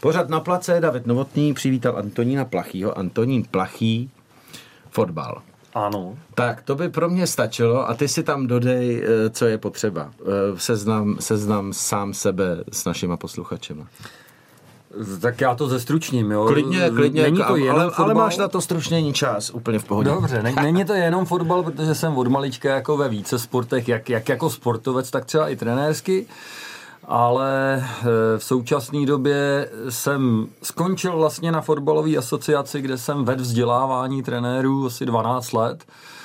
Pořad na place, David Novotný přivítal Antonína Plachýho. Antonín Plachý, fotbal. Ano. Tak, to by pro mě stačilo a ty si tam dodej, co je potřeba. Seznam sám sebe s našima posluchačema. Tak já to zestručním, jo. Klidně, není to jenom ale máš na to stručnění čas, úplně v pohodě. Dobře, není to jenom fotbal, protože jsem od malička jako ve více sportech, jak jako sportovec, tak třeba i trenérsky. Ale v současné době jsem skončil vlastně na fotbalové asociaci, kde jsem vedl vzdělávání trenérů asi 12 let.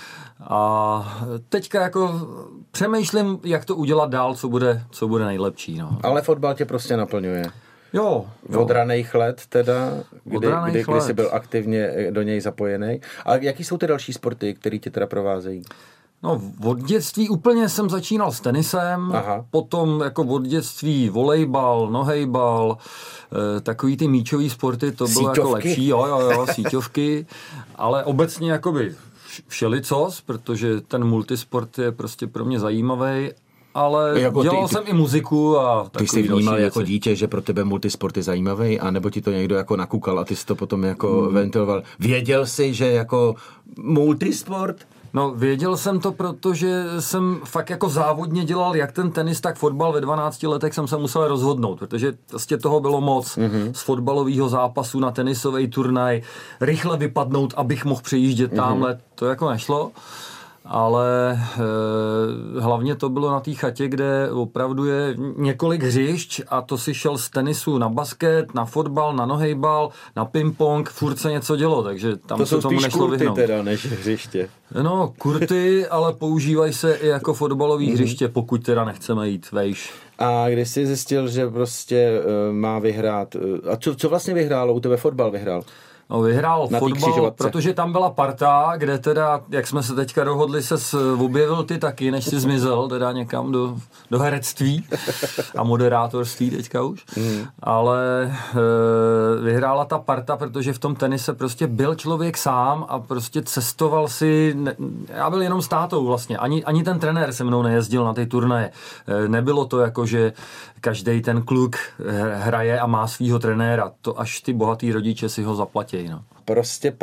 A teďka jako přemýšlím, jak to udělat dál, co bude nejlepší. No. Ale fotbal tě prostě naplňuje. Jo. Od raných let teda, kdy jsi byl aktivně do něj zapojený. A jaký jsou ty další sporty, které tě teda provázejí? No, od dětství úplně jsem začínal s tenisem, Aha. Potom jako od dětství volejbal, nohejbal, takový ty míčový sporty, to bylo jako lepší, jo, síťovky, ale obecně jakoby všelicos, protože ten multisport je prostě pro mě zajímavý. Ale jako dělal jsem i muziku a ty jsi vnímal jako dítě, že pro tebe multisport je zajímavý, anebo ti to někdo jako nakukal a ty jsi to potom jako ventiloval. Věděl jsi, že jako multisport? No, věděl jsem to, protože jsem fakt jako závodně dělal jak ten tenis, tak fotbal. Ve 12 letech jsem se musel rozhodnout, protože prostě toho bylo moc. Z fotbalového zápasu na tenisový turnaj, rychle vypadnout, abych mohl přejíždět tamhle, to jako nešlo. Ale hlavně to bylo na té chatě, kde opravdu je několik hřišť a to si šel z tenisu na basket, na fotbal, na nohejbal, na ping-pong, furt se něco dělo, takže tam to se tomu nešlo vyhnout. To jsou teda než hřiště. No, kurty, ale používají se i jako fotbalový hřiště, pokud teda nechceme jít vejš. A když jsi zjistil, že prostě má vyhrát, a co vlastně vyhrálo? U tebe fotbal vyhrál? No, vyhrál fotbal, protože tam byla parta, kde teda, jak jsme se teďka dohodli, objevil ty taky, než si zmizel teda někam do herectví a moderátorství teďka už. Ale vyhrála ta parta, protože v tom tenise prostě byl člověk sám a prostě cestoval si, já byl jenom s tátou vlastně, ani ten trenér se mnou nejezdil na ty turnaje. Nebylo to jako, že každej ten kluk hraje a má svýho trenéra, to až ty bohatý rodiče si ho zaplatí. No. Prostě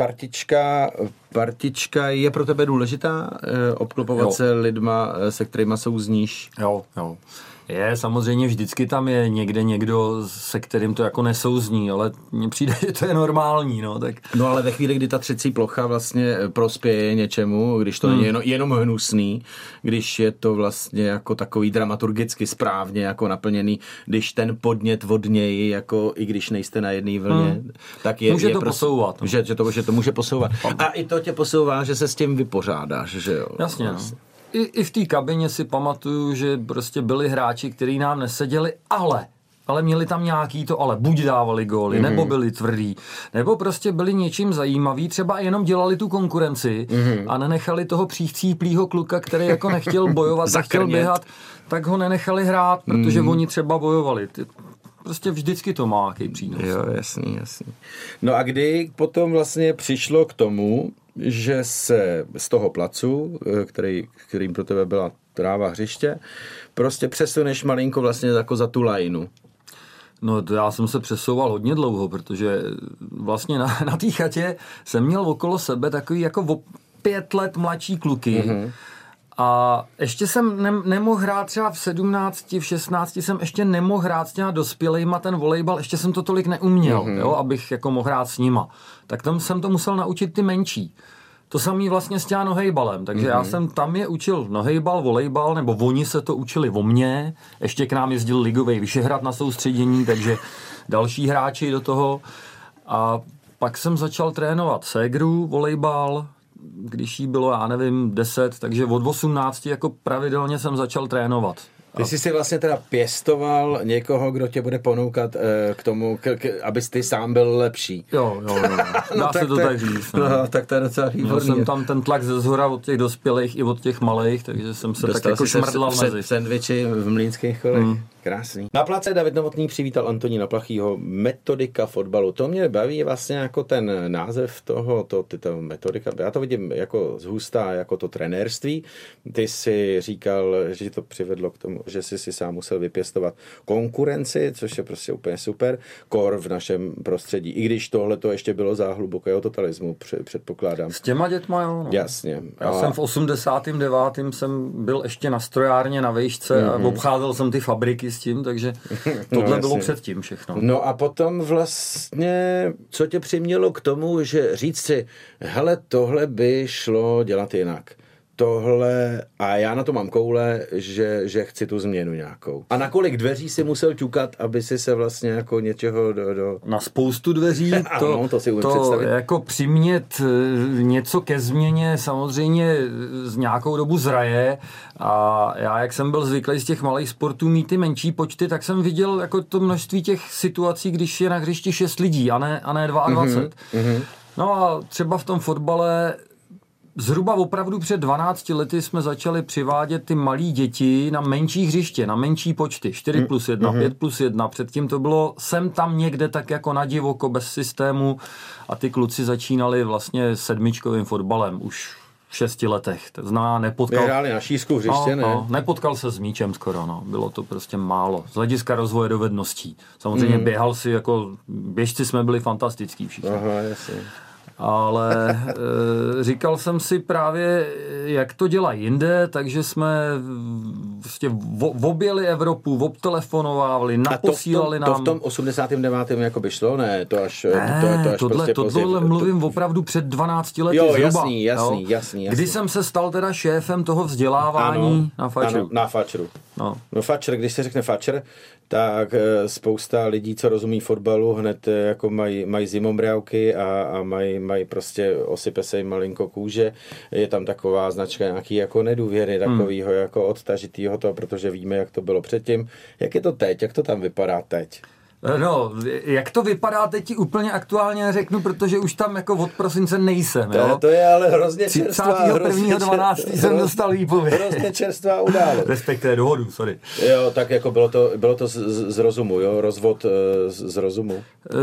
partička je pro tebe důležitá? Obklopovat se lidma, se kterýma souzníš? Jo. Je, samozřejmě vždycky tam je někde někdo, se kterým to jako nesouzní, ale mně přijde, že to je normální, no, tak. No ale ve chvíli, kdy ta třecí plocha vlastně prospěje něčemu, když to není jenom hnusný, když je to vlastně jako takový dramaturgicky správně jako naplněný, když ten podnět od něj, jako i když nejste na jedné vlně, tak je... Může to posouvat. Že to může posouvat. A i to tě posouvá, že se s tím vypořádáš, že jo? Jasně, vlastně. No. I v té kabině si pamatuju, že prostě byli hráči, kteří nám neseděli, ale měli tam nějaký to ale. Buď dávali góly, nebo byli tvrdí, nebo prostě byli něčím zajímaví, třeba jenom dělali tu konkurenci a nenechali toho příchcíplýho kluka, který jako nechtěl bojovat, nechtěl běhat, tak ho nenechali hrát, protože oni třeba bojovali. Prostě vždycky to má nějaký přínos. Jo, jasný. No a kdy potom vlastně přišlo k tomu, že se z toho placu, kterým pro tebe byla tráva hřiště, prostě přesuneš malinko vlastně jako za tu lajnu. No to já jsem se přesouval hodně dlouho, protože vlastně na té chatě jsem měl okolo sebe takový jako o 5 let mladší kluky. A ještě jsem nemohl hrát třeba v 17, v 16 jsem ještě nemohl hrát s těma dospělejma ten volejbal, ještě jsem to tolik neuměl, jo, abych jako mohl hrát s nima. Tak tam jsem to musel naučit ty menší. To samý vlastně s těma nohejbalem, takže já jsem tam je učil nohejbal, volejbal, nebo oni se to učili o mně, ještě k nám jezdil ligovej Vyšehrad na soustředění, takže další hráči do toho. A pak jsem začal trénovat ségru, volejbal, když jí bylo, já nevím, 10, takže od 18 jako pravidelně jsem začal trénovat. Ty jsi si vlastně teda pěstoval někoho, kdo tě bude ponoukat k tomu, abys ty sám byl lepší. Jo. Dá se to tak říct. No, tak to je docela výborný. Měl jsem tam ten tlak ze zhora od těch dospělých i od těch malých, takže jsem se dostal tak jako šmrdlal mezi. Sendviči v mlýnských kolech. krásný. Na place David Novotný přivítal Antonína Plachýho, metodika fotbalu. To mě baví vlastně jako ten název toho, ta metodika. Já to vidím jako zhustá, jako to trenérství. Ty si říkal, že to přivedlo k tomu, že jsi si sám musel vypěstovat konkurenci, což je prostě úplně super. Kor v našem prostředí. I když tohle to ještě bylo za hlubokého totalismu, předpokládám. S těma dětma, jo. No. Jasně. Já jsem v 89. jsem byl ještě na strojárně na vejšce a obcházel jsem ty fabriky s tím, takže tohle bylo předtím všechno. No a potom vlastně, co tě přimělo k tomu, že říct si, hele, tohle by šlo dělat jinak. Tohle, a já na to mám koule, že chci tu změnu nějakou. A na kolik dveří si musel ťukat, aby si se vlastně jako něčeho do... Na spoustu dveří, to si umím představit. Jako přimět něco ke změně samozřejmě z nějakou dobu zraje a já, jak jsem byl zvyklý z těch malých sportů mít ty menší počty, tak jsem viděl jako to množství těch situací, když je na hřišti 6 lidí a ne 22. No a třeba v tom fotbale zhruba opravdu před 12 lety jsme začali přivádět ty malí děti na menší hřiště, na menší počty, 4+1, 5+1. Předtím to bylo sem tam někde tak jako na divoko, bez systému a ty kluci začínali vlastně sedmičkovým fotbalem už v 6 letech. To znamená, nepotkal... Hráli na šířku hřiště, ne? Nepotkal se s míčem skoro, no. Bylo to prostě málo. Z hlediska rozvoje dovedností. Samozřejmě běhal si, jako běžci jsme byli fantastický všichni. Aha, jasně. Ale říkal jsem si právě, jak to dělá jinde, takže jsme prostě objeli Evropu, obtelefonovávali, naposílali nám... To v tom 89. jako by šlo? Ne, to až tohle mluvím opravdu před 12 lety jo, zhruba. Jasný. Kdy jsem se stal teda šéfem toho vzdělávání na Fačru. Ano, na Fačru. No Fačr, když se řekne Fačr, tak spousta lidí, co rozumí fotbalu, hned jako mají zimomriavky a mají prostě, osype se jim malinko kůže. Je tam taková značka nějaký jako nedůvěry, takovýho jako odtažitýho toho, protože víme, jak to bylo předtím. Jak je to teď? Jak to tam vypadá teď? No, jak to vypadá, teď ti úplně aktuálně řeknu, protože už tam jako od prosince nejsem. To je ale hrozně čerstvá. 31.12. jsem dostal výpověď. Hrozně čerstvá událost. Respektive dohodu, sorry. Jo, tak jako bylo to z rozumu, jo, rozvod z rozumu.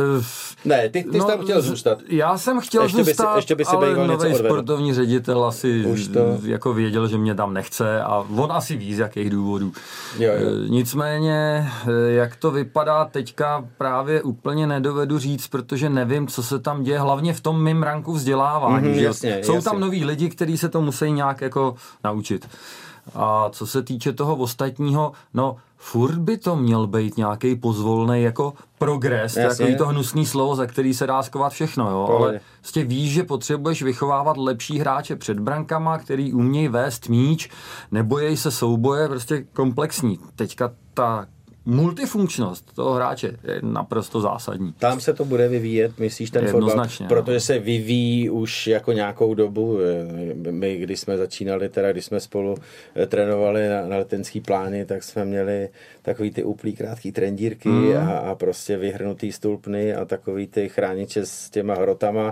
Ne, ty jsi tam chtěl zůstat. Já jsem chtěl zůstat, ještě by si ale nový sportovní ředitel asi jako věděl, že mě tam nechce a on asi ví, z jakých důvodů. Jo. Nicméně, jak to vypadá teďka, právě úplně nedovedu říct, protože nevím, co se tam děje, hlavně v tom mým ranku vzdělávání. Jsou tam noví lidi, kteří se to musí nějak jako naučit. A co se týče toho ostatního, no furt by to měl být nějaký pozvolný jako progres, takový to hnusný slovo, za který se dá skovat všechno, jo, ale prostě víš, že potřebuješ vychovávat lepší hráče před brankama, který umějí vést míč, nebojí se souboje, prostě komplexní. Teďka ta multifunkčnost toho hráče je naprosto zásadní. Tam se to bude vyvíjet, myslíš, ten fotbal? Protože se vyvíjí už jako nějakou dobu. My, když jsme začínali, teda když jsme spolu trénovali na letenský plány, tak jsme měli takový ty úplný krátký trendírky a prostě vyhrnutý stulpny a takový ty chrániče s těma hrotama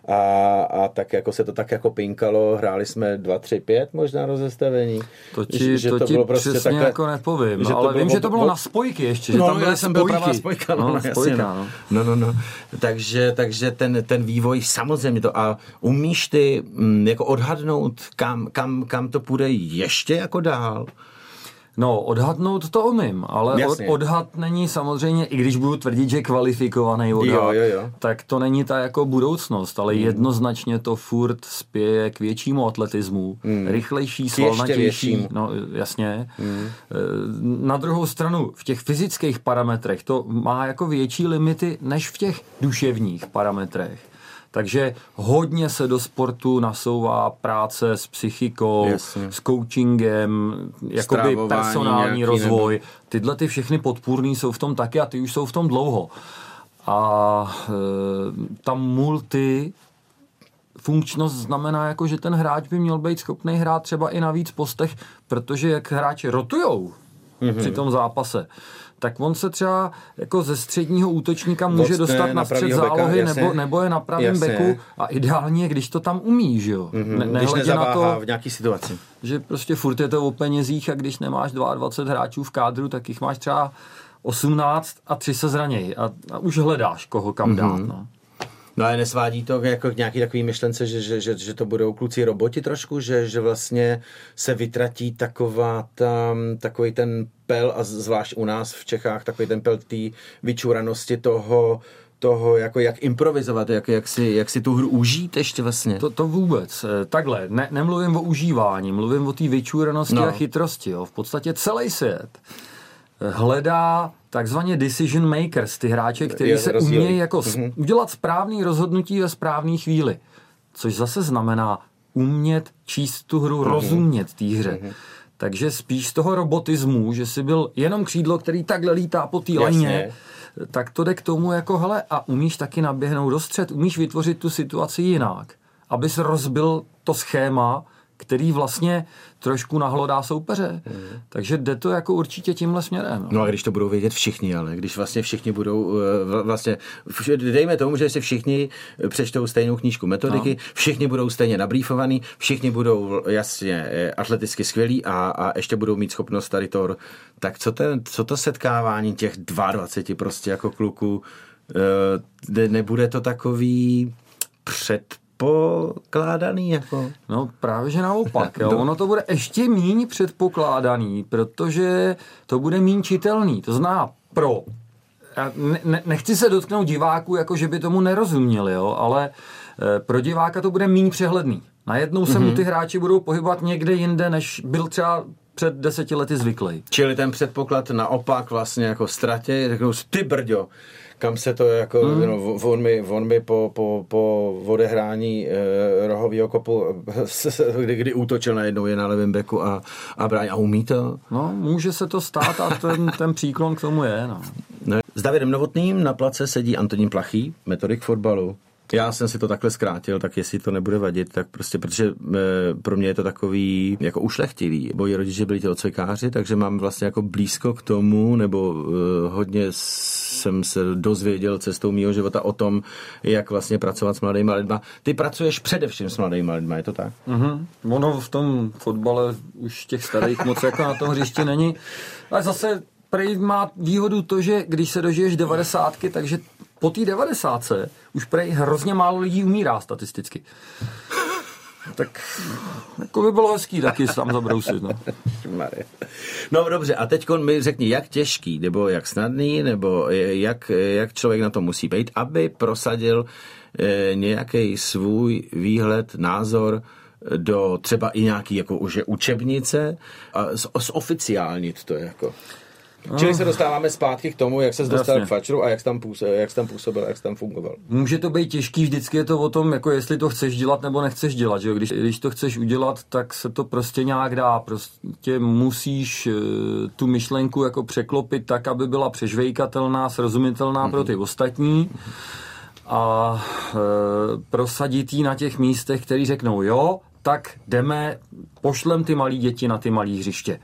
a tak jako se to tak jako pinkalo, hráli jsme 2-3-5 možná rozestavení. To ti prostě přesně takhle, jako nepovím, ale vím, že to bylo na spojky ještě, že tam byly jsem byl pravá spojka. No. Takže ten vývoj samozřejmě to a umíš ty jako odhadnout, kam to půjde ještě jako dál? No, odhadnout to umím, ale odhad není samozřejmě, i když budu tvrdit, že kvalifikovaný odhad, tak to není ta jako budoucnost, ale jednoznačně to furt spěje k většímu atletismu, rychlejší, svalnatější, no jasně. Na druhou stranu, v těch fyzických parametrech to má jako větší limity, než v těch duševních parametrech. Takže hodně se do sportu nasouvá práce s psychikou, s coachingem, jakoby personální rozvoj. Tyhle ty všechny podpůrný jsou v tom taky a ty už jsou v tom dlouho. A ta multifunkčnost znamená, jako, že ten hráč by měl být schopný hrát třeba i na víc postech, protože jak hráči rotujou při tom zápase, tak on se třeba jako ze středního útočníka může dostat na střed zálohy nebo je na pravém beku a ideálně, když to tam umí, že jo. Když nezaváhá v nějaký situaci. Že prostě furt je to o penězích a když nemáš 22 hráčů v kádru, tak jich máš třeba 18 a 3 se zranějí a už hledáš, koho kam dát. No a nesvádí to jako k nějaký takový myšlence, že to budou kluci roboti trošku, že vlastně se vytratí takový ten pel, a zvlášť u nás v Čechách, takový ten pel té vyčuranosti toho jako jak improvizovat, jak si tu hru užít ještě vlastně. To vůbec. Takhle, nemluvím o užívání, mluvím o té vyčuranosti a chytrosti. Jo. V podstatě celý svět hledá takzvaně decision makers, ty hráče, kteří se umějí jako udělat správný rozhodnutí ve správné chvíli. Což zase znamená umět číst tu hru, rozumět té hře. Takže spíš z toho robotismu, že jsi byl jenom křídlo, který takhle lítá po té lajně, tak to jde k tomu jako hele a umíš taky naběhnout do střed, umíš vytvořit tu situaci jinak, abys rozbil to schéma, který vlastně trošku nahlodá soupeře. Takže jde to jako určitě tímhle směrem. No a když to budou vědět všichni, ale když vlastně všichni budou vlastně, dejme tomu, že si všichni přečtou stejnou knížku metodiky, všichni budou stejně nabrýfovaný, všichni budou jasně atleticky skvělí a ještě budou mít schopnost tady to, tak co to setkávání těch 22 prostě jako kluků, nebude to takový předpokládaný jako? No právě, že naopak. Jo. Ono to bude ještě míň předpokládaný, protože to bude míň čitelný. To znamená nechci se dotknout diváků, jako že by tomu nerozuměli, jo, ale pro diváka to bude míň přehledný. Najednou se mu ty hráči budou pohybovat někde jinde, než byl třeba před 10 lety zvyklý. Čili ten předpoklad naopak vlastně jako ztratě, řeknou ty brďo, kam se to jako, on mi po odehrání rohovýho kopu, kdy útočil najednou je na levém beku a brání a umí to? No, může se to stát a ten příklon k tomu je. No. S Davidem Novotným na place sedí Antonín Plachý, metodik fotbalu. Já jsem si to takhle zkrátil, tak jestli to nebude vadit, tak prostě, protože pro mě je to takový jako ušlechtilý. Moji rodiče byli tělocvikáři, takže mám vlastně jako blízko k tomu, nebo hodně jsem se dozvěděl cestou mýho života o tom, jak vlastně pracovat s mladýma lidma. Ty pracuješ především s mladýma lidma, je to tak? Ono v tom fotbale už těch starých moc jako na tom hřišti není. Ale zase prej má výhodu to, že když se dožiješ 90, takže po té 90 už prej hrozně málo lidí umírá statisticky. Tak jako by bylo hezký taky tam zabrousit. No dobře, a teď mi řekni, jak těžký, nebo jak snadný, nebo jak člověk na to musí být, aby prosadil nějaký svůj výhled, názor do třeba i nějaký jako už učebnice a zoficiálnit to jako. Čili se dostáváme zpátky k tomu, jak se dostal k fačru a jak tam působil, jak tam fungoval. Může to být těžký, vždycky je to o tom, jako jestli to chceš dělat nebo nechceš dělat. Že? Když to chceš udělat, tak se to prostě nějak dá. Prostě musíš tu myšlenku jako překlopit tak, aby byla přežvejkatelná, srozumitelná pro ty ostatní a prosadit ji na těch místech, který řeknou jo, tak jdeme, pošlem ty malí děti na ty malý hřiště.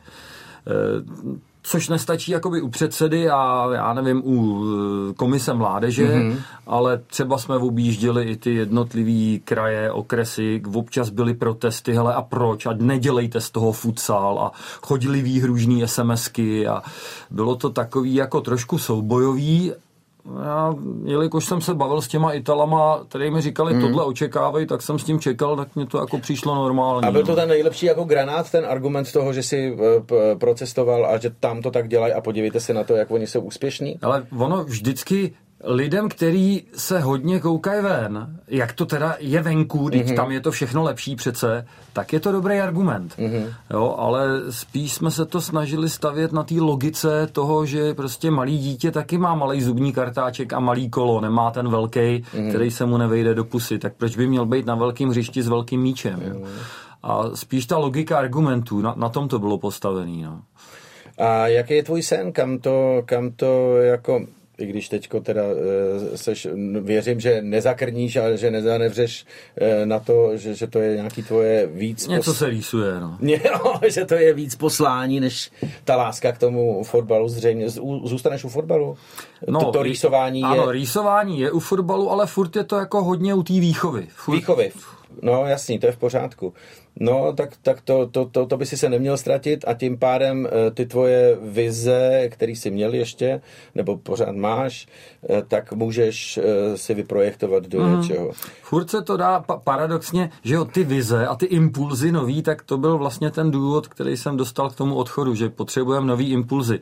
Což nestačí jakoby u předsedy a já nevím, u komise mládeže, ale třeba jsme objížděli i ty jednotlivý kraje, okresy, občas byly protesty, hele a proč, a nedělejte z toho futsal a chodili výhružný SMSky a bylo to takový jako trošku soubojový. Já, jelikož jsem se bavil s těma Italama, který mi říkali, tohle očekávají, tak jsem s tím čekal, tak mě to jako přišlo normálně. A byl to ten nejlepší jako granát, ten argument toho, že si procestoval a že tam to tak dělají a podívejte se na to, jak oni jsou úspěšní? Ale ono vždycky lidem, který se hodně koukají ven, jak to teda je venku, když tam je to všechno lepší přece, tak je to dobrý argument. Jo, ale spíš jsme se to snažili stavět na té logice toho, že prostě malý dítě taky má malý zubní kartáček a malý kolo, nemá ten velký, který se mu nevejde do pusy, tak proč by měl být na velkém hřišti s velkým míčem? Jo? A spíš ta logika argumentů, na tom to bylo postavený. No. A jaký je tvůj sen? Kam to jako... I když teďko teda věřím, že nezakrníš a že nezanevřeš na to, že to je nějaký tvoje víc... Něco se rýsuje, no. Že to je víc poslání, než ta láska k tomu fotbalu zřejmě. Zůstaneš u fotbalu? No, to rýsování je... Ano, rýsování je u fotbalu, ale furt je to jako hodně u té výchovy. Výchovy. No jasný, to je v pořádku. No, tak to by si se neměl ztratit a tím pádem ty tvoje vize, který jsi měl ještě, nebo pořád máš, tak můžeš si vyprojektovat do něčeho. Furt se to dá paradoxně, že jo, ty vize a ty impulzy nový, tak to byl vlastně ten důvod, který jsem dostal k tomu odchodu, že potřebujeme nový impulzy.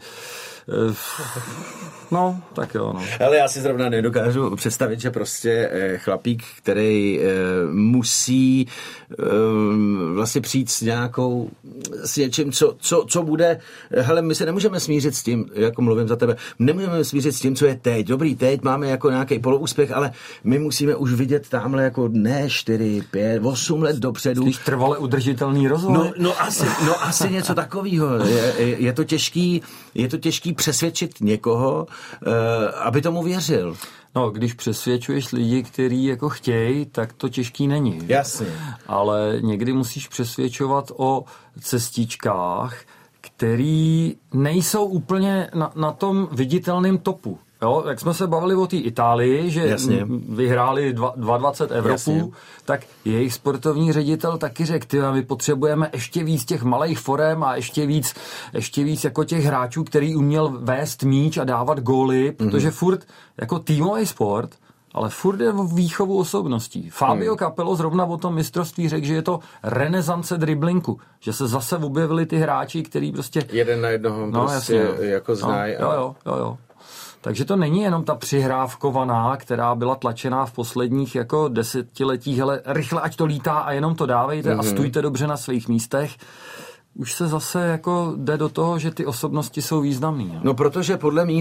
No, tak jo, no. Ale já si zrovna nedokážu představit, že prostě chlapík, který musí vlastně přijít s něčím, co bude, hele, my se nemůžeme smířit s tím, jako mluvím za tebe, nemůžeme smířit s tím, co je teď. Dobrý, teď máme jako nějaký poloúspěch, ale my musíme už vidět tamhle jako ne 4, 5, 8 let dopředu. Když trvale udržitelný rozvoj. No asi něco takového. Je to těžký přesvědčit někoho, aby tomu věřil. No, když přesvědčuješ lidi, kteří jako chtějí, tak to těžký není. Jasně. Ale někdy musíš přesvědčovat o cestičkách, který nejsou úplně na tom viditelném topu. Jo, jak jsme se bavili o té Itálii, že jasně. Vyhráli 22 Evropů, jasně. Tak jejich sportovní ředitel taky řekl, my potřebujeme ještě víc těch malých forem a ještě víc jako těch hráčů, který uměl vést míč a dávat góly, protože furt jako týmový sport, ale furt je v výchovu osobností. Fabio Capello zrovna o tom mistrovství řekl, že je to renesance driblinku, že se zase objevili ty hráči, který prostě... Jeden na jednoho prostě jako znají. Jo. Takže to není jenom ta přihrávkovaná, která byla tlačená v posledních jako desetiletích, ale rychle ať to lítá a jenom to dávejte a stůjte dobře na svých místech. Už se zase jako jde do toho, že ty osobnosti jsou významný. Jo? No protože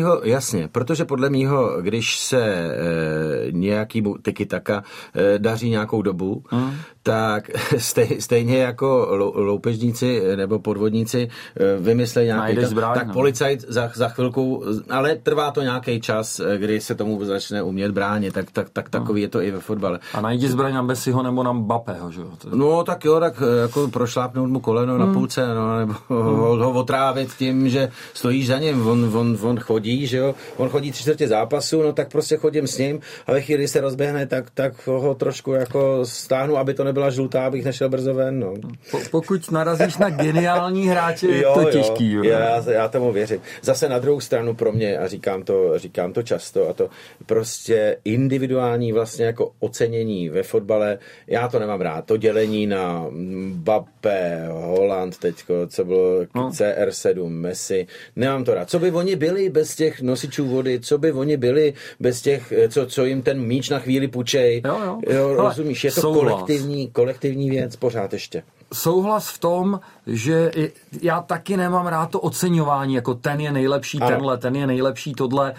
podle mýho, když se nějakýmu tiki-taka daří nějakou dobu, tak stejně jako loupežníci nebo podvodníci vymyslejí nějaký zbraň, tak policajt za chvilku, ale trvá to nějaký čas, kdy se tomu začne umět bránit, tak takový je to i ve fotbale. A najdi zbraň na Messiho nebo na Mbappého, že jo? No tak jo, tak jako prošlápnout mu koleno na půlce, no, nebo ho otrávit tím, že stojíš za ním, on chodí, že jo, on chodí 3/4 zápasu, no tak prostě chodím s ním a ve chvíli, kdy se rozběhne, tak ho trošku jako stáhnu, aby to nebyla žlutá, abych nešel brzo ven, no. Pokud narazíš na geniální hráče, je to těžký. Jo. Já tomu věřím. Zase na druhou stranu pro mě, a říkám to často, a to prostě individuální vlastně jako ocenění ve fotbale, já to nemám rád, to dělení na Mbappé, Haaland teďko, co bylo CR7, Messi, nemám to rád. Co by oni byli bez těch nosičů vody, co by oni byli bez těch, co jim ten míč na chvíli půjčej. Jo, rozumíš, je to kolektivní věc, pořád ještě. Souhlas v tom, že já taky nemám rád to oceňování, jako ten je nejlepší tenhle, ten je nejlepší tohle,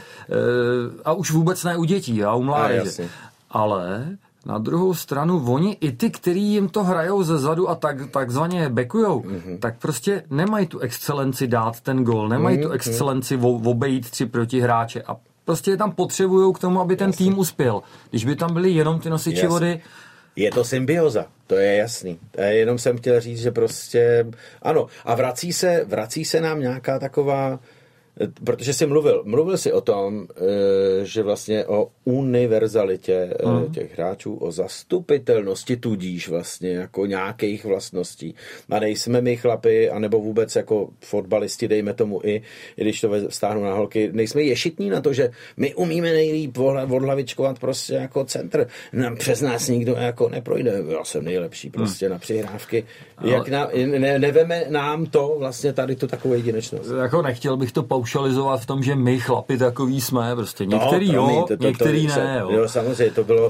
a už vůbec ne u dětí, a u mládeže. Ale na druhou stranu, oni i ty, který jim to hrajou ze zadu a takzvaně backujou, tak prostě nemají tu excelenci dát ten gól, nemají tu excelenci obejít 3 protihráče a prostě je tam potřebujou k tomu, aby ten tým uspěl. Když by tam byly jenom ty nosiči vody... Je to symbioza, to je jasný. Jenom jsem chtěl říct, že prostě... Ano, a vrací se nám nějaká taková... Protože jsi mluvil jsi o tom, že vlastně o univerzalitě těch hráčů, o zastupitelnosti tudíž vlastně jako nějakých vlastností. A nejsme my chlapi, anebo vůbec jako fotbalisti, dejme tomu i když to vztáhnu na holky, nejsme ješitní na to, že my umíme nejlíp odhlavičkovat prostě jako centr. Přes nás nikdo jako neprojde. Já jsem nejlepší prostě na přihrávky. Jak neveme nám to vlastně tady tu takovou jedinečnost. Jako nechtěl bych to paušalizovat v tom, že my chlapi takový jsme, prostě některý některý ne. Jo, samozřejmě,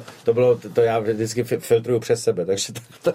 to já vždycky filtruju přes sebe, takže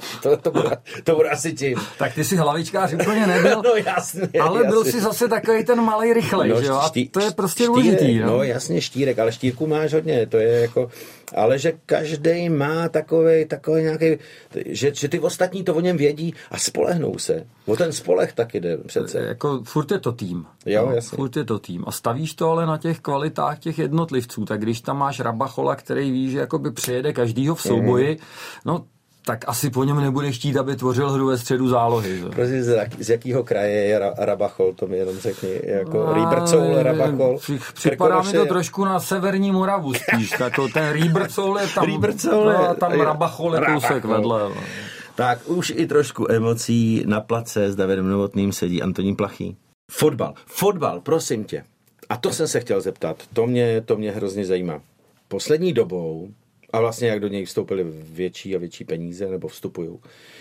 to bude asi tím. Tak ty si hlavičkář úplně nebyl, no, jasně, ale byl si zase takový ten malej rychlej, že jo? A to je prostě důležitý. No jasně, štírek, ale štírku máš hodně, to je jako, ale že každej má takový nějaký, že ty ostatní to o něm vědí a spolehnou se. O ten spoleh taky jde přece. Jako furt je to tým. Jo, no, jasně. Furt je to tým. A stavíš to ale na těch kvalitách těch jednotlivců. Tak když tam máš Rabachola, který ví, že jakoby přejede každýho v souboji, no tak asi po něm nebudeš chtít, aby tvořil hru ve středu zálohy. Prosím, z jakého kraje je Rabachol, to mi jenom řekni. Jako Rýbrcoul, Rabachol. Připadá mi to trošku na severní Moravu spíš. Tako ten Rýbrcoul je tam, a tam Rabachol je kousek vedle. Tak už i trošku emocí na place s Davidem Novotným sedí Antonín Plachý. Fotbal, prosím tě. A to jsem se chtěl zeptat. To mě hrozně zajímá. Poslední dobou, a vlastně jak do něj vstoupily větší a větší peníze, nebo vstupují,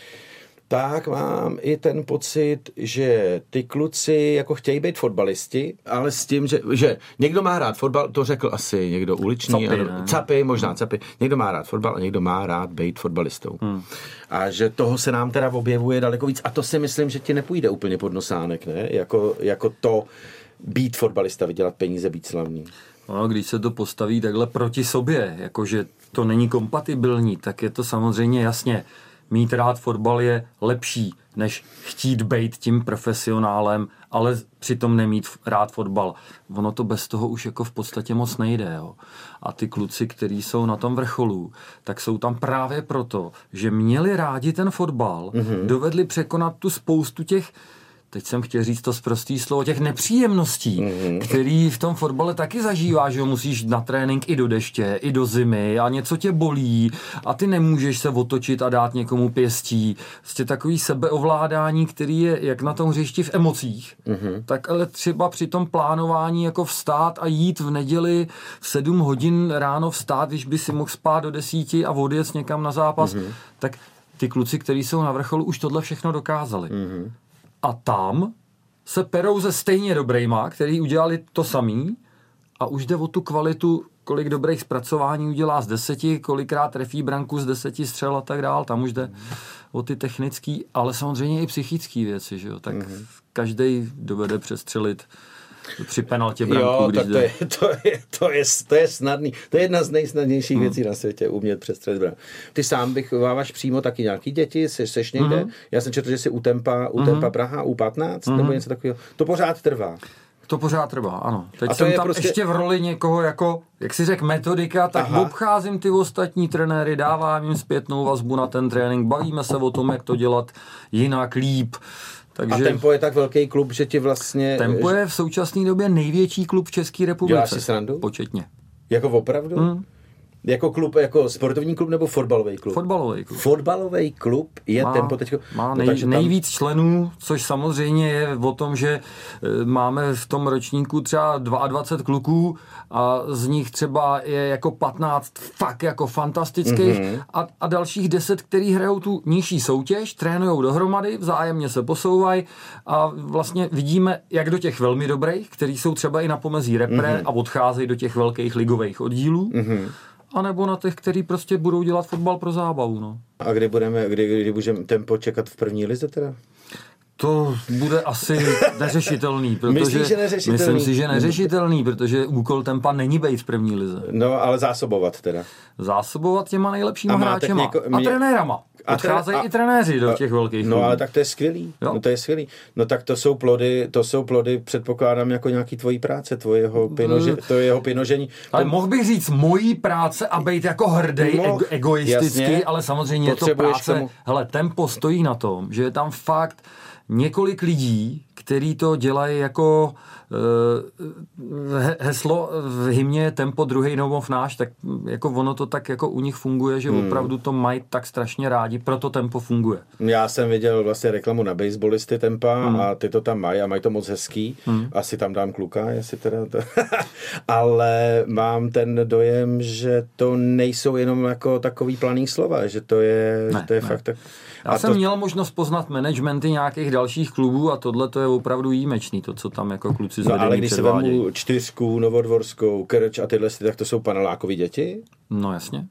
tak mám i ten pocit, že ty kluci jako chtějí být fotbalisti, ale s tím, že někdo má rád fotbal, to řekl asi někdo uliční, Capy, možná Capy, někdo má rád fotbal a někdo má rád být fotbalistou. A že toho se nám teda objevuje daleko víc a to si myslím, že ti nepůjde úplně pod nosánek, ne? Jako to být fotbalista, vydělat peníze, být slavný. No, když se to postaví takhle proti sobě, jakože to není kompatibilní, tak je to samozřejmě jasně. Mít rád fotbal je lepší, než chtít být tím profesionálem, ale přitom nemít rád fotbal. Ono to bez toho už jako v podstatě moc nejde. Jo. A ty kluci, kteří jsou na tom vrcholu, tak jsou tam právě proto, že měli rádi ten fotbal, dovedli překonat tu spoustu těch, teď jsem chtěl říct to sprostý slovo, těch nepříjemností, který v tom fotbale taky zažíváš, že musíš na trénink i do deště, i do zimy a něco tě bolí a ty nemůžeš se otočit a dát někomu pěstí. Vlastně takový sebeovládání, který je jak na tom hřišti v emocích, tak ale třeba při tom plánování jako vstát a jít v neděli v 7 hodin ráno vstát, když by si mohl spát do 10 a odjet někam na zápas, tak ty kluci, kteří jsou na vrcholu, už tohle všechno dokázali. A tam se perou ze stejně dobrejma, který udělali to samý a už jde o tu kvalitu, kolik dobrých zpracování udělá z 10, kolikrát trefí branku z 10 střel a tak dál. Tam už jde o ty technický, ale samozřejmě i psychický věci, že jo. Tak každej dovede přestřelit při penaltě branku. Jo, tak to je snadný. To je jedna z nejsnadnějších věcí na světě, umět přestřelit branku. Ty sám vychováváš přímo taky nějaký děti, seš někde? Já jsem četl, že jsi u Tempa Praha, U15, nebo něco takového. To pořád trvá. To pořád trvá, ano. Teď jsem tam prostě ještě v roli někoho jako, jak si řek, metodika, tak obcházím ty ostatní trenéry, dávám jim zpětnou vazbu na ten trénink, bavíme se o tom, jak to dělat jinak, líp. Takže a Tempo je tak velký klub, že ti vlastně... Tempo je v současné době největší klub v České republice. Děláš si srandu? Početně. Jako opravdu? Jako klub, jako sportovní klub nebo fotbalový klub? Fotbalový klub. Fotbalový klub je Tempo teďko... Má nejvíc členů, což samozřejmě je o tom, že máme v tom ročníku třeba 22 kluků a z nich třeba je jako 15 fakt jako fantastických a dalších 10, který hrajou tu nižší soutěž, trénujou dohromady, vzájemně se posouvají a vlastně vidíme, jak do těch velmi dobrých, který jsou třeba i na pomezí repre a odcházejí do těch velkých ligových oddílů. A nebo na těch, kteří prostě budou dělat fotbal pro zábavu. No. A kdy budeme Tempo čekat v první lize teda? To bude asi neřešitelný, protože Myslíš, že neřešitelný? Myslím si, že neřešitelný, protože úkol Tempa není být v první lize. No, ale zásobovat teda. Zásobovat těma nejlepšíma hráčema a trenérama. Odcházejí i trenéři do těch velkých klubů. No, ale tak to je skvělý. No, to je skvělý. No, tak to jsou plody, předpokládám, jako nějaký tvojí práce, to jeho pinožení. Ale mohl bych říct mojí práce a být jako hrdý, egoistický, jasně, ale samozřejmě je to práce. Hele, Tempo stojí na tom, že je tam fakt několik lidí, který to dělají jako heslo v hymně Tempo druhý domov náš, tak jako ono to tak jako u nich funguje, že opravdu to mají tak strašně rádi, proto Tempo funguje. Já jsem viděl vlastně reklamu na baseballisty Tempa a ty to tam mají a mají to moc hezký. Asi tam dám kluka, jestli teda to... ale mám ten dojem, že to nejsou jenom jako takový planý slova, že to je fakt tak... Já jsem měl možnost poznat managementy nějakých dalších klubů a tohle to je opravdu výjimečný, to, co tam jako kluci z vedení ale když předvádějí. se vemu Čtyřku, Novodvorskou, Krč a tyhle, tak to jsou panelákoví děti? No jasně.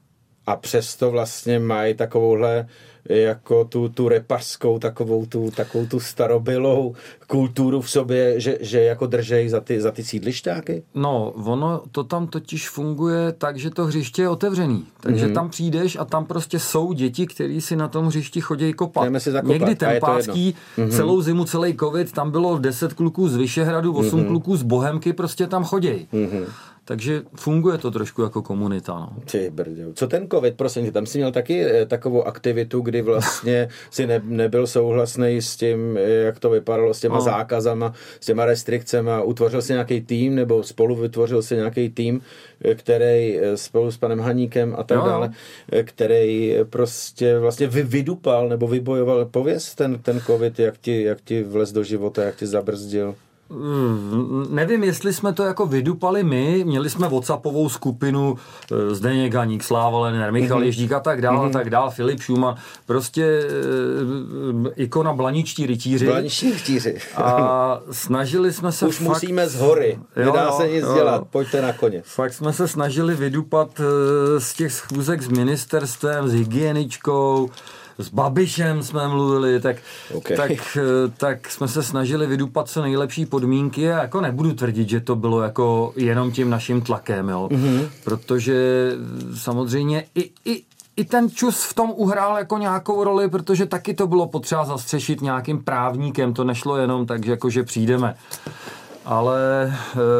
a přesto vlastně mají takovouhle jako tu repařskou, takovou tu starobylou kulturu v sobě, že jako držej za ty sídlišťáky? No, ono to tam totiž funguje tak, že to hřiště je otevřený. Takže tam přijdeš a tam prostě jsou děti, který si na tom hřišti chodí kopat. Někdy Tempácký, celou zimu, celý covid, tam bylo 10 kluků z Vyšehradu, 8 kluků z Bohemky, prostě tam chodí. Takže funguje to trošku jako komunita. No. Ty brďo. Co ten covid, prosím tě, tam jsi měl taky takovou aktivitu, kdy vlastně si nebyl souhlasný s tím, jak to vypadalo, s těma zákazama, s těma restrikcema, utvořil si nějaký tým, nebo spolu vytvořil si nějaký tým, který spolu s panem Haníkem a tak dále, který prostě vlastně vydupal nebo vybojoval. Pověz ten covid, jak ti vlez do života, jak ti zabrzdil. Nevím, jestli jsme to jako vydupali my, měli jsme WhatsAppovou skupinu Zdeněk Haník, Sláva Lenner, Michal Ježdík a tak dál, Filip Šuma, prostě ikona blaničtí rytíři. Blaničtí rytíři. A snažili jsme se už musíme z hory, nedá se nic dělat, pojďte na koně. Fakt jsme se snažili vydupat z těch schůzek s ministerstvem, s hygieničkou, s Babišem jsme mluvili, tak jsme se snažili vydupat co nejlepší podmínky a jako nebudu tvrdit, že to bylo jako jenom tím naším tlakem, jo. Protože samozřejmě i ten čus v tom uhrál jako nějakou roli, protože taky to bylo potřeba zastřešit nějakým právníkem, to nešlo jenom tak, že přijdeme. Ale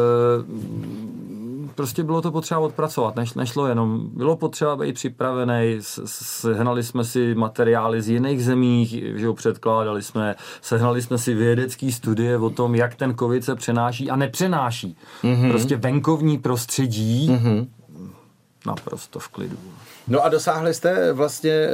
prostě bylo to potřeba odpracovat, nešlo jenom. Bylo potřeba být připravený, sehnali jsme si materiály z jiných zemí, že ho předkládali jsme, sehnali jsme si vědecký studie o tom, jak ten covid se přenáší a nepřenáší. Prostě venkovní prostředí naprosto v klidu. No a dosáhli jste vlastně,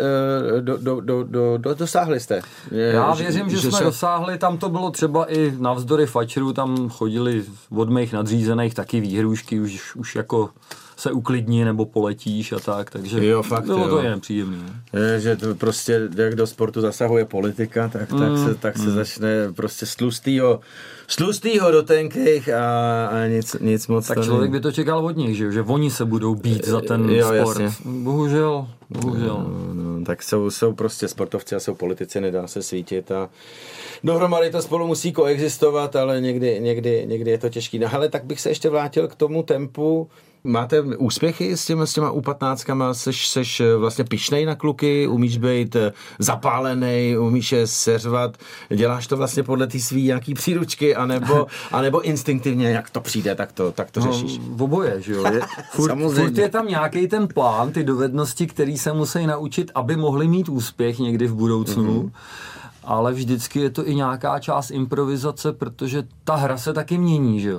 dosáhli jste. Já věřím, že jsme dosáhli, tam to bylo třeba i navzdory fačerů, tam chodili od mých nadřízených taky výhrůžky, už jako se uklidní nebo poletíš a tak, takže bylo to jen příjemné. Že to prostě, jak do sportu zasahuje politika, tak se začne prostě z tlustýho do tenkých a nic moc. Tak člověk by to čekal od nich, že oni se budou bít za ten sport. Jasně. Bohužel. No, tak jsou prostě sportovci a jsou politici, nedá se svítit a dohromady to spolu musí koexistovat, ale někdy je to těžký. No ale tak bych se ještě vrátil k tomu tempu. Máte úspěchy s těma U15kama? Seš vlastně pyšnej na kluky? Umíš být zapálený? Umíš je seřvat? Děláš to vlastně podle té svý nějaký příručky? Anebo instinktivně, jak to přijde, tak to řešíš? No, oboje, že jo? Furt je tam nějaký ten plán, ty dovednosti, který se musí naučit, aby mohli mít úspěch někdy v budoucnu. Ale vždycky je to i nějaká část improvizace, protože ta hra se taky mění, že jo?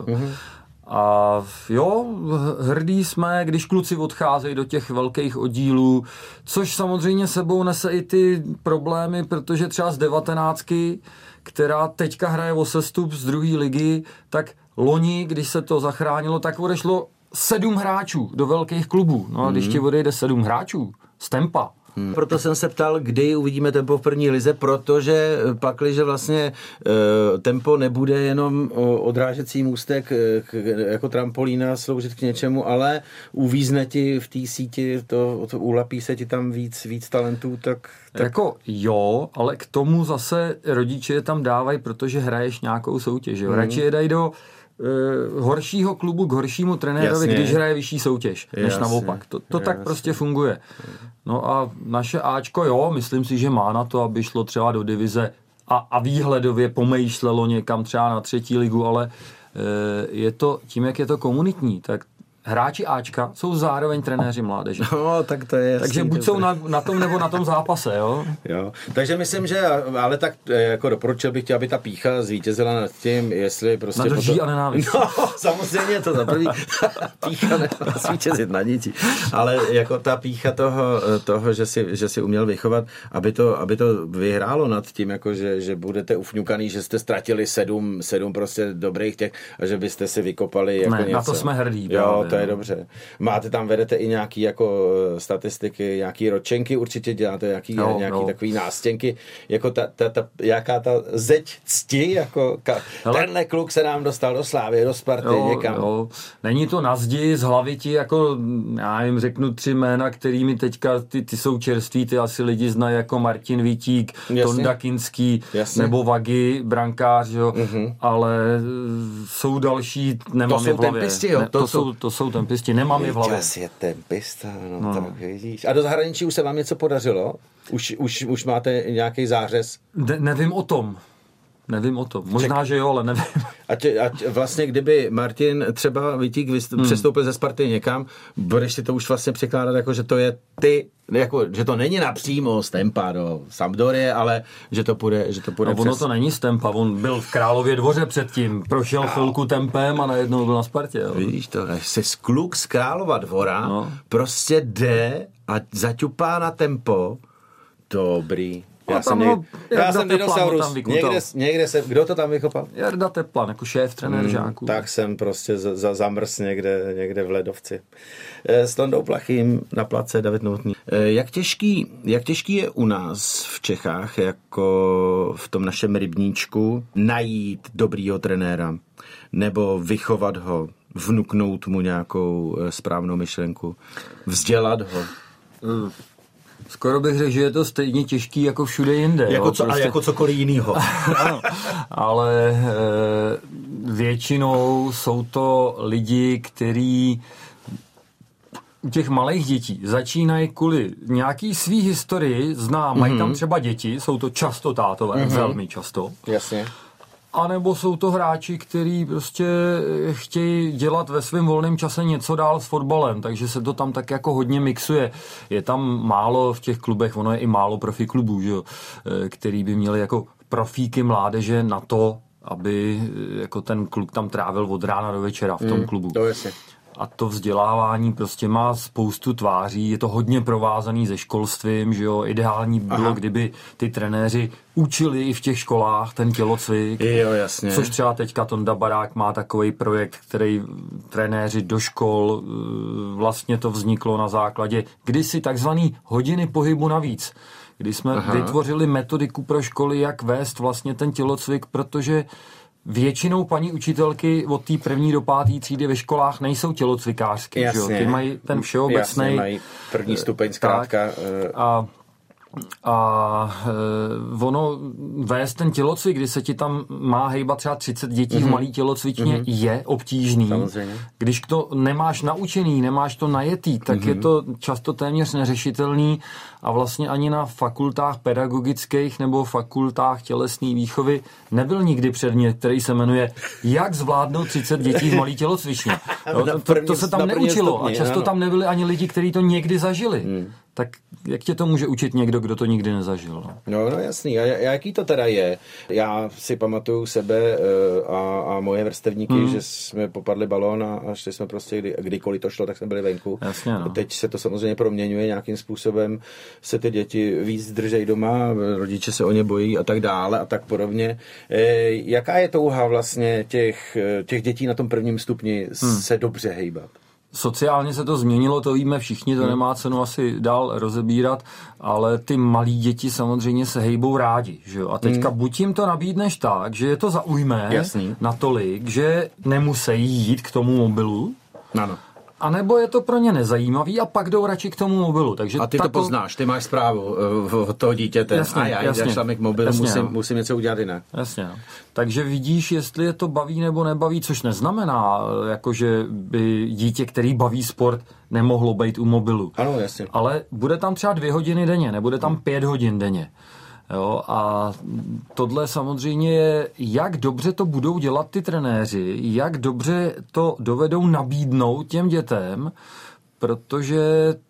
A jo, hrdí jsme, když kluci odcházejí do těch velkých oddílů, což samozřejmě sebou nese i ty problémy, protože třeba z 19, která teďka hraje o sestup z 2. ligy, tak loni, když se to zachránilo, tak odešlo 7 hráčů do velkých klubů. No a když ti odejde 7 hráčů z Tempa, Proto jsem se ptal, kdy uvidíme Tempo v první lize, protože pakliže vlastně Tempo nebude jenom odrážecí můstek jako trampolína sloužit k něčemu, ale uvízne ti v té síti, to ulapí se ti tam víc talentů, tak... Jako jo, ale k tomu zase rodiče je tam dávají, protože hraješ nějakou soutěž. Radši je dají do horšího klubu k horšímu trenérovi, když hraje vyšší soutěž, než naopak. To tak prostě funguje. No a naše Ačko, jo, myslím si, že má na to, aby šlo třeba do divize a výhledově pomýšlelo někam třeba na 3. ligu, ale je to tím, jak je to komunitní, tak hráči Ačka jsou zároveň trenéři mládeže. No, tak to je. Takže buď jsou na tom nebo na tom zápase, jo? Jo. Takže myslím, že ale tak jako doporučil bych tě, aby ta pícha zvítězila nad tím, jestli prostě... Na lží a nenávist. No, samozřejmě to za první. Pícha nemá zvítězit na ničí. Ale jako ta pícha toho že si uměl vychovat, aby to vyhrálo nad tím, jako že budete ufňukaný, že jste ztratili 7 prostě dobrých těch a že byste si vykopali jako ne, něco. Na to jsme hrdí. Jo, to je dobře. Máte tam, vedete i nějaký jako statistiky, nějaký ročenky, určitě děláte nějaký takový nástěnky, jako jaká ta zeď cti, jako tenhle kluk se nám dostal do Slávy, do Sparty, někam. Jo. Není to na zdi, z hlavy ti, jako já jim řeknu 3 jména, kterými teďka ty jsou čerství, ty asi lidi znají jako Martin Vítík, Tonda Kinský, nebo Vagi, brankář, jo, ale jsou další, nemám je v hlavě. Tempisti, jo? To jsou tempisti, nemám je v hlavě. Čas je tempista, no tak vidíš. A do zahraničí už se vám něco podařilo? Už máte nějaký zářez? Nevím o tom. Možná, že jo, ale nevím. Ať vlastně, kdyby Martin třeba Vítík přestoupil ze Sparty někam, budeš si to už vlastně překládat, jako že to je že to není napřímo z Tempa do Sampdorie, ale že to půjde ono to není z Tempa, on byl v Králově Dvoře předtím, prošel chvilku Tempem a najednou byl na Spartě. Jo. Vidíš to, jsi kluk z Králova Dvora, prostě jde a zaťupá na Tempo, dobrý. Já jsem dinosaurus. Kdo to tam vykopal? Jarda Teplan, jako šéf, trenér žáků. Tak jsem prostě zamrz někde v ledovci. S Tondou Plachým na place David Novotný. Jak těžký je u nás v Čechách, jako v tom našem rybníčku, najít dobrýho trenéra? Nebo vychovat ho, vnuknout mu nějakou správnou myšlenku? Vzdělat ho? Skoro bych řekl, že je to stejně těžký jako všude jinde. Jako cokoliv jinýho. Ano, ale většinou jsou to lidi, kteří u těch malých dětí začínají kvůli nějaký svý historii, mají tam třeba děti, jsou to často tátové, velmi často. Jasně. A nebo jsou to hráči, kteří prostě chtějí dělat ve svém volném čase něco dál s fotbalem, takže se to tam tak jako hodně mixuje. Je tam málo v těch klubech, ono je i málo profi klubů, že jo, který by měli jako profíky mládeže na to, aby jako ten kluk tam trávil od rána do večera v tom klubu. To jasně. A to vzdělávání prostě má spoustu tváří, je to hodně provázaný se školstvím, že jo, ideální bylo, kdyby ty trenéři učili i v těch školách ten tělocvik. Jo, jasně. Což třeba teďka Tonda Barák má takový projekt, který trenéři do škol, vlastně to vzniklo na základě kdysi takzvaný hodiny pohybu navíc, kdy jsme vytvořili metodiku pro školy, jak vést vlastně ten tělocvik, protože většinou paní učitelky od té 1. do 5. třídy ve školách nejsou tělocvikářky. Jasně. Ty mají ten všeobecný... Jasně, mají první stupeň zkrátka. A ono vést ten tělocvik, kdy se ti tam má hejbat třeba 30 dětí v malý tělocvičně, je obtížný. Samozřejmě. Když to nemáš naučený, nemáš to najetý, tak je to často téměř neřešitelný a vlastně ani na fakultách pedagogických nebo fakultách tělesné výchovy nebyl nikdy předmět, který se jmenuje Jak zvládnout 30 dětí v malý tělocvičně. To se tam neučilo a často tam nebyli ani lidi, kteří to někdy zažili. Tak jak tě to může učit někdo, kdo to nikdy nezažil? No jasný. A jaký to teda je? Já si pamatuju sebe a moje vrstevníky, že jsme popadli balón a šli jsme prostě, kdykoliv to šlo, tak jsme byli venku. Jasně, no. Teď se to samozřejmě proměňuje nějakým způsobem, se ty děti víc držejí doma, rodiče se o ně bojí a tak dále a tak podobně. Jaká je touha vlastně těch dětí na tom prvním stupni se dobře hejbat? Sociálně se to změnilo, to víme všichni, to nemá cenu asi dál rozebírat, ale ty malí děti samozřejmě se hejbou rádi. Že jo? A teďka buď jim to nabídneš tak, že je to zaujme natolik, že nemusí jít k tomu mobilu, ano. A nebo je to pro ně nezajímavý a pak jdou radši k tomu mobilu. Takže a ty to poznáš, ty máš zprávu od toho dítěte. Jasně, a já jdeš tam k mobilu, musím něco udělat jinak. Jasně. No. Takže vidíš, jestli je to baví nebo nebaví, což neznamená, jakože by dítě, který baví sport, nemohlo být u mobilu. Ano, jasně. Ale bude tam třeba 2 hodiny denně, nebude tam 5 hodin denně. Jo, a tohle samozřejmě je, jak dobře to budou dělat ty trenéři, jak dobře to dovedou nabídnout těm dětem, protože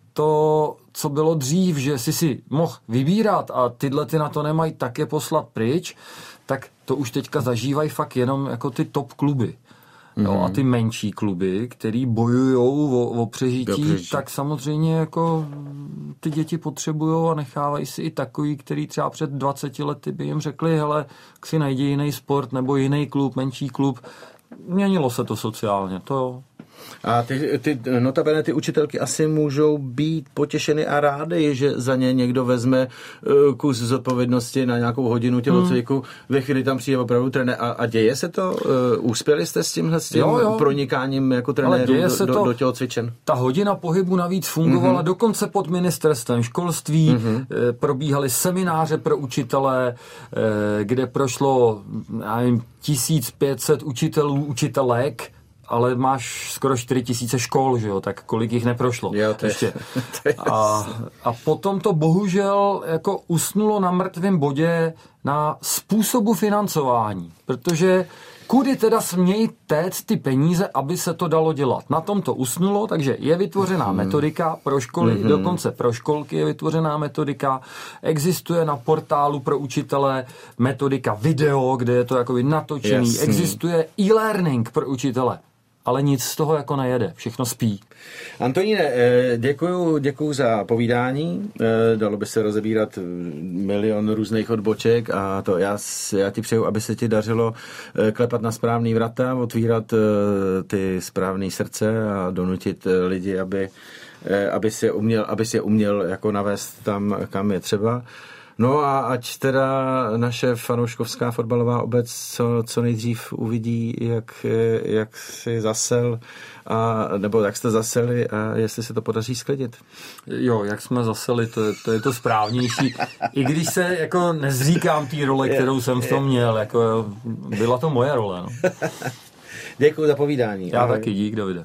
to, co bylo dřív, že si mohl vybírat a tyhle ty na to nemají, tak je poslat pryč, tak to už teďka zažívají fakt jenom jako ty top kluby. Jo, a ty menší kluby, který bojujou o přežití, tak samozřejmě jako ty děti potřebujou a nechávají si i takový, který třeba před 20 lety by jim řekli, hele, si najdi jiný sport nebo jiný klub, menší klub. Měnilo se to sociálně, to A ty notabene ty učitelky asi můžou být potěšeny a rády, že za ně někdo vezme kus zodpovědnosti na nějakou hodinu tělocviku, ve chvíli tam přijde opravdu trenér. A děje se to? Uspěli jste s tím pronikáním jako trenéru do tělocvičen? Ta hodina pohybu navíc fungovala dokonce pod ministerstvem školství. Probíhaly semináře pro učitele, kde prošlo 1500 učitelů, učitelek, ale máš skoro 4000 škol, že jo, tak kolik jich neprošlo. Jo, ještě. A potom to bohužel jako usnulo na mrtvém bodě na způsobu financování, protože kudy teda smějí téct ty peníze, aby se to dalo dělat. Na tom to usnulo, takže je vytvořená metodika pro školy, dokonce pro školky je vytvořená metodika, existuje na portálu pro učitele metodika video, kde je to jako natočený, existuje e-learning pro učitele. Ale nic z toho jako nejede, všechno spí. Antoníne, děkuju za povídání. Dalo by se rozebírat milion různých odboček a to já ti přeju, aby se ti dařilo klepat na správný vrata, otvírat ty správné srdce a donutit lidi, aby si je uměl jako navést tam, kam je třeba. No a ať teda naše fanouškovská fotbalová obec co nejdřív uvidí, jak si zasel, nebo jak jste zaseli a jestli se to podaří sklidit. Jo, jak jsme zaseli, to je to správnější. I když se jako nezříkám té role, kterou jsem v tom měl, jako byla to moje role. No. Děkuji za povídání. Já taky, dík, Davide.